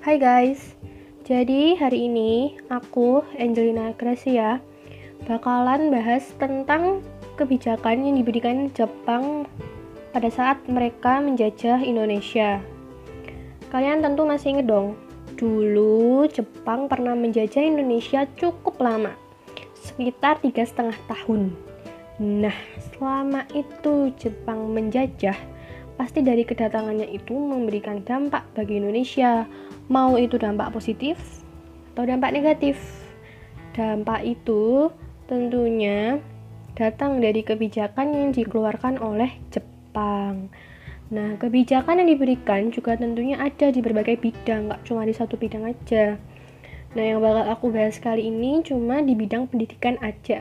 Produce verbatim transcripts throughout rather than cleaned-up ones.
Hai guys, jadi hari ini aku, Angelina Gracia, bakalan bahas tentang kebijakan yang diberikan Jepang pada saat mereka menjajah Indonesia. Kalian tentu masih inget dong, dulu Jepang pernah menjajah Indonesia cukup lama, sekitar tiga setengah tahun. Nah, selama itu Jepang menjajah, pasti dari kedatangannya itu memberikan dampak bagi Indonesia, mau itu dampak positif atau dampak negatif. Dampak itu tentunya datang dari kebijakan yang dikeluarkan oleh Jepang. Nah, kebijakan yang diberikan juga tentunya ada di berbagai bidang, nggak cuma di satu bidang aja. Nah, yang bakal aku bahas kali ini cuma di bidang pendidikan aja.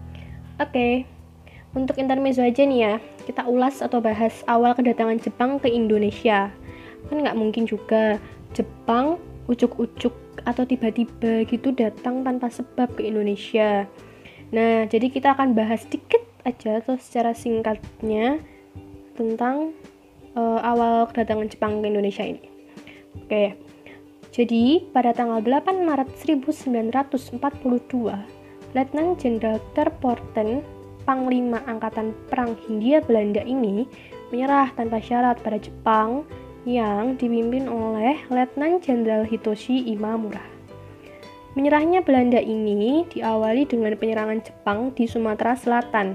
Oke, untuk intermezzo aja nih ya, kita ulas atau bahas awal kedatangan Jepang ke Indonesia. Kan nggak mungkin juga Jepang ucuk-ucuk atau tiba-tiba gitu datang tanpa sebab ke Indonesia. Nah, jadi kita akan bahas dikit aja atau secara singkatnya tentang uh, awal kedatangan Jepang ke Indonesia ini. Oke, jadi pada tanggal delapan Maret seribu sembilan ratus empat puluh dua, Letnan Jenderal Terporten, Panglima Angkatan Perang Hindia Belanda ini menyerah tanpa syarat pada Jepang yang dipimpin oleh Letnan Jenderal Hitoshi Imamura. Menyerahnya Belanda ini diawali dengan penyerangan Jepang di Sumatera Selatan.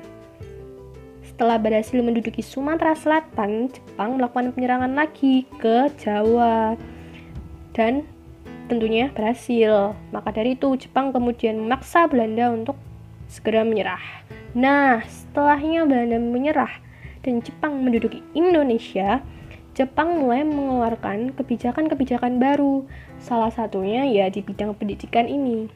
Setelah berhasil menduduki Sumatera Selatan, Jepang melakukan penyerangan lagi ke Jawa dan tentunya berhasil. Maka dari itu Jepang kemudian memaksa Belanda untuk segera menyerah. Nah, setelahnya Belanda menyerah dan Jepang menduduki Indonesia, Jepang mulai mengeluarkan kebijakan-kebijakan baru, salah satunya ya di bidang pendidikan ini.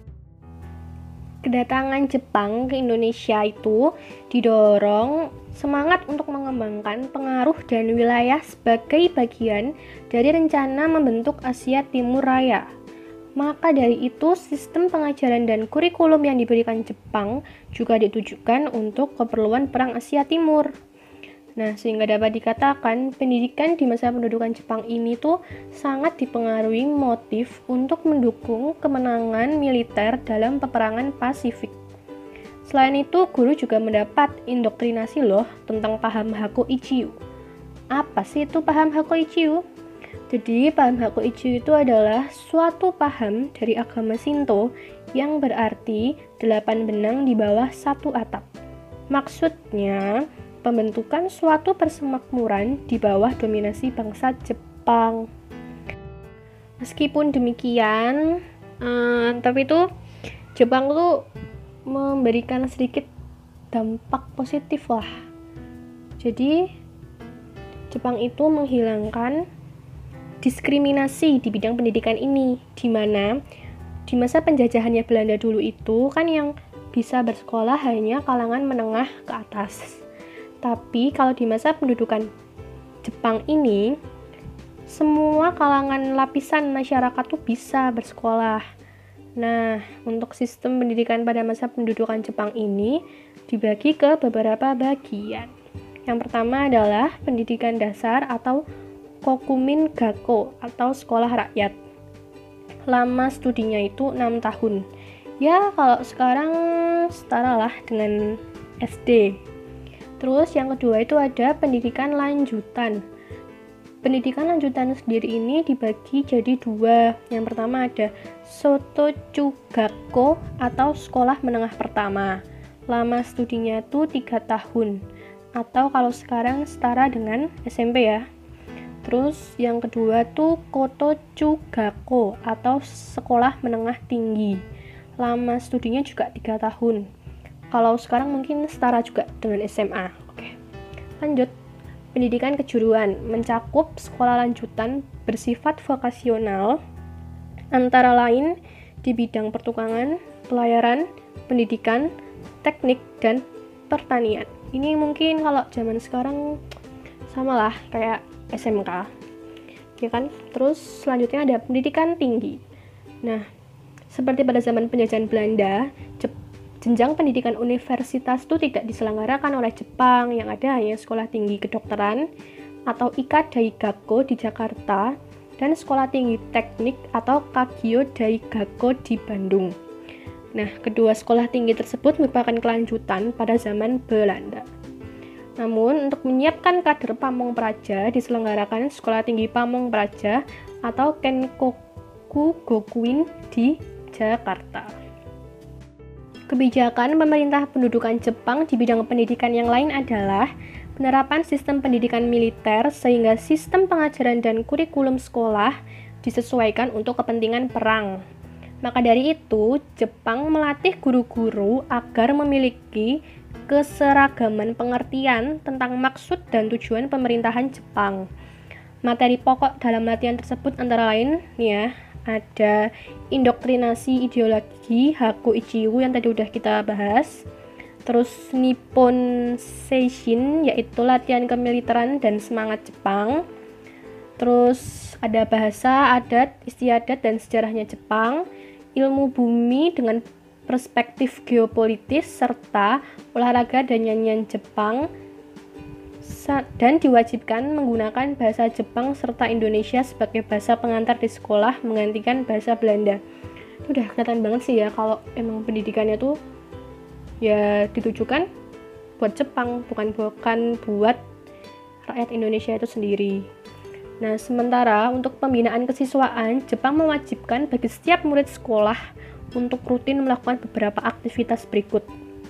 Kedatangan Jepang ke Indonesia itu didorong semangat untuk mengembangkan pengaruh dan wilayah sebagai bagian dari rencana membentuk Asia Timur Raya. Maka dari itu, sistem pengajaran dan kurikulum yang diberikan Jepang juga ditujukan untuk keperluan Perang Asia Timur. Nah, sehingga dapat dikatakan pendidikan di masa pendudukan Jepang ini tuh sangat dipengaruhi motif untuk mendukung kemenangan militer dalam peperangan Pasifik. Selain itu, guru juga mendapat indoktrinasi loh tentang paham Hakoichiu. Apa sih itu paham Hakoichiu? Jadi, paham Hakoichiu itu adalah suatu paham dari agama Shinto yang berarti delapan benang di bawah satu atap. Maksudnya, pembentukan suatu persemakmuran di bawah dominasi bangsa Jepang. Meskipun demikian, eh, tapi itu Jepang tuh memberikan sedikit dampak positif lah. Jadi Jepang itu menghilangkan diskriminasi di bidang pendidikan ini, di mana di masa penjajahannya Belanda dulu itu kan yang bisa bersekolah hanya kalangan menengah ke atas. Tapi kalau di masa pendudukan Jepang ini, semua kalangan lapisan masyarakat tuh bisa bersekolah. Nah, untuk sistem pendidikan pada masa pendudukan Jepang ini dibagi ke beberapa bagian. Yang pertama adalah pendidikan dasar atau Kokumin Gakko atau sekolah rakyat. Lama studinya itu enam tahun. Ya, kalau sekarang setara lah dengan S D. Terus yang kedua itu ada pendidikan lanjutan. Pendidikan lanjutan sendiri ini dibagi jadi dua. Yang pertama ada Sotokugakko atau sekolah menengah pertama. Lama studinya itu tiga tahun. Atau kalau sekarang setara dengan S M P ya. Terus yang kedua tuh Kotokugakko atau sekolah menengah tinggi. Lama studinya juga tiga tahun. Kalau sekarang mungkin setara juga dengan S M A. Oke. Lanjut. Pendidikan kejuruan mencakup sekolah lanjutan bersifat vokasional antara lain di bidang pertukangan, pelayaran, pendidikan, teknik, dan pertanian. Ini mungkin kalau zaman sekarang samalah kayak S M K. Ya kan? Terus selanjutnya ada pendidikan tinggi. Nah, seperti pada zaman penjajahan Belanda, jenjang pendidikan universitas itu tidak diselenggarakan oleh Jepang, yang ada hanya sekolah tinggi kedokteran atau Ika Daigakko di Jakarta dan Sekolah Tinggi Teknik atau Kagyo Daigaku di Bandung. Nah, kedua sekolah tinggi tersebut merupakan kelanjutan pada zaman Belanda. Namun, untuk menyiapkan kader pamong praja diselenggarakan Sekolah Tinggi Pamong Praja atau Kenkoku Gokuin di Jakarta. Kebijakan pemerintah pendudukan Jepang di bidang pendidikan yang lain adalah penerapan sistem pendidikan militer sehingga sistem pengajaran dan kurikulum sekolah disesuaikan untuk kepentingan perang. Maka dari itu, Jepang melatih guru-guru agar memiliki keseragaman pengertian tentang maksud dan tujuan pemerintahan Jepang. Materi pokok dalam latihan tersebut antara lain nih ya, ada indoktrinasi ideologi Haku Ichigo yang tadi udah kita bahas. Terus Nippon Seishin, yaitu latihan kemiliteran dan semangat Jepang. Terus ada bahasa, adat, istiadat, dan sejarahnya Jepang. Ilmu bumi dengan perspektif geopolitis, serta olahraga dan nyanyian Jepang. Dan diwajibkan menggunakan bahasa Jepang serta Indonesia sebagai bahasa pengantar di sekolah menggantikan bahasa Belanda. Itu udah kelihatan banget sih ya kalau emang pendidikannya tuh ya ditujukan buat Jepang, bukan bukan buat rakyat Indonesia itu sendiri. Nah, sementara untuk pembinaan kesiswaan, Jepang mewajibkan bagi setiap murid sekolah untuk rutin melakukan beberapa aktivitas berikut.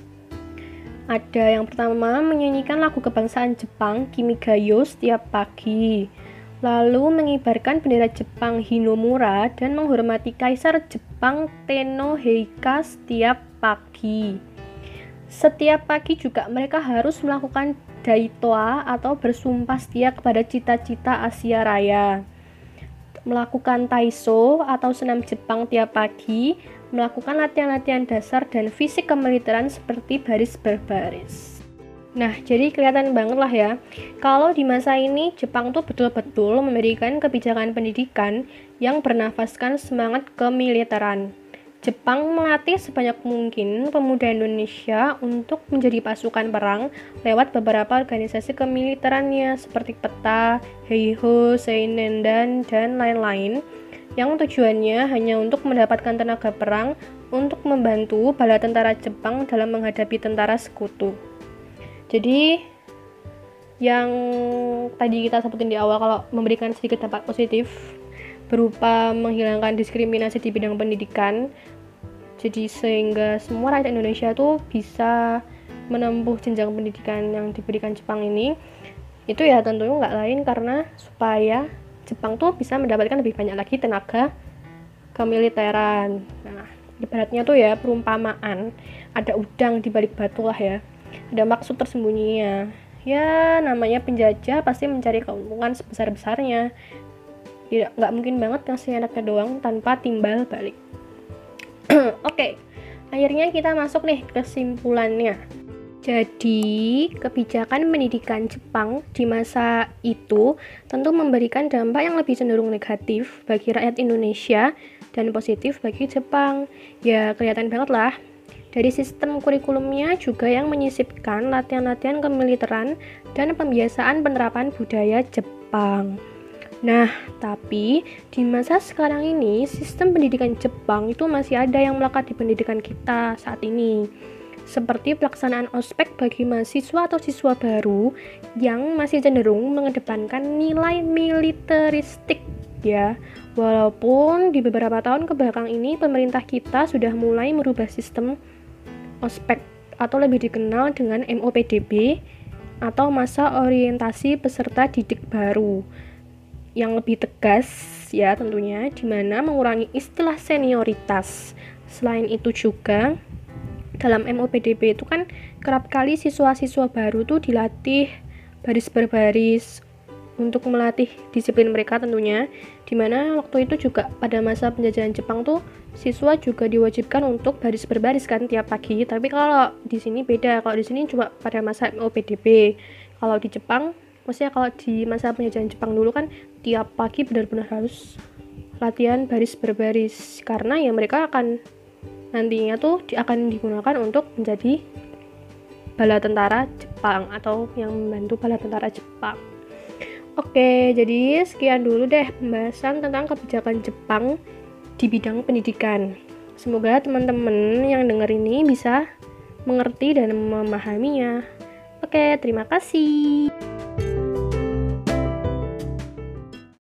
Ada yang pertama, menyanyikan lagu kebangsaan Jepang Kimigayo setiap pagi. Lalu mengibarkan bendera Jepang Hinomura dan menghormati Kaisar Jepang Tenno Heika setiap pagi. Setiap pagi juga mereka harus melakukan daitoa atau bersumpah setia kepada cita-cita Asia Raya. Melakukan taiso atau senam Jepang tiap pagi, melakukan latihan-latihan dasar dan fisik kemiliteran seperti baris berbaris. Nah, jadi kelihatan banget lah ya, kalau di masa ini Jepang tuh betul-betul memberikan kebijakan pendidikan yang bernafaskan semangat kemiliteran. Jepang melatih sebanyak mungkin pemuda Indonesia untuk menjadi pasukan perang lewat beberapa organisasi kemiliterannya seperti PETA, Heiho, Seinendan, dan lain-lain yang tujuannya hanya untuk mendapatkan tenaga perang untuk membantu bala tentara Jepang dalam menghadapi tentara sekutu. Jadi yang tadi kita sebutin di awal kalau memberikan sedikit dampak positif berupa menghilangkan diskriminasi di bidang pendidikan, jadi sehingga semua rakyat Indonesia tuh bisa menempuh jenjang pendidikan yang diberikan Jepang ini, itu ya tentunya nggak lain karena supaya Jepang tuh bisa mendapatkan lebih banyak lagi tenaga kemiliteran. Nah, ibaratnya tuh ya perumpamaan, ada udang di balik batu lah ya, ada maksud tersembunyinya. Ya namanya penjajah pasti mencari keuntungan sebesar-besarnya. Tidak, nggak mungkin banget ngasih enaknya doang tanpa timbal balik. Oke, okay. Akhirnya kita masuk nih kesimpulannya. Jadi, kebijakan pendidikan Jepang di masa itu tentu memberikan dampak yang lebih cenderung negatif bagi rakyat Indonesia dan positif bagi Jepang. Ya, kelihatan banget lah. Dari sistem kurikulumnya juga yang menyisipkan latihan-latihan kemiliteran dan pembiasaan penerapan budaya Jepang. Nah, tapi di masa sekarang ini, sistem pendidikan Jepang itu masih ada yang melekat di pendidikan kita saat ini. Seperti pelaksanaan ospek bagi mahasiswa atau siswa baru yang masih cenderung mengedepankan nilai militeristik ya. Walaupun di beberapa tahun kebelakang ini pemerintah kita sudah mulai merubah sistem ospek atau lebih dikenal dengan M O P D B atau masa orientasi peserta didik baru yang lebih tegas ya tentunya, di mana mengurangi istilah senioritas. Selain itu juga dalam M O P D B itu kan kerap kali siswa-siswa baru tuh dilatih baris berbaris untuk melatih disiplin mereka tentunya, dimana waktu itu juga pada masa penjajahan Jepang tuh siswa juga diwajibkan untuk baris berbaris kan tiap pagi. Tapi kalau di sini beda, kalau di sini cuma pada masa M O P D B. Kalau di Jepang, maksudnya kalau di masa penjajahan Jepang dulu kan tiap pagi benar-benar harus latihan baris berbaris, karena ya mereka akan nantinya tuh akan digunakan untuk menjadi bala tentara Jepang atau yang membantu bala tentara Jepang. Oke, jadi sekian dulu deh pembahasan tentang kebijakan Jepang di bidang pendidikan. Semoga teman-teman yang denger ini bisa mengerti dan memahaminya. Oke, terima kasih.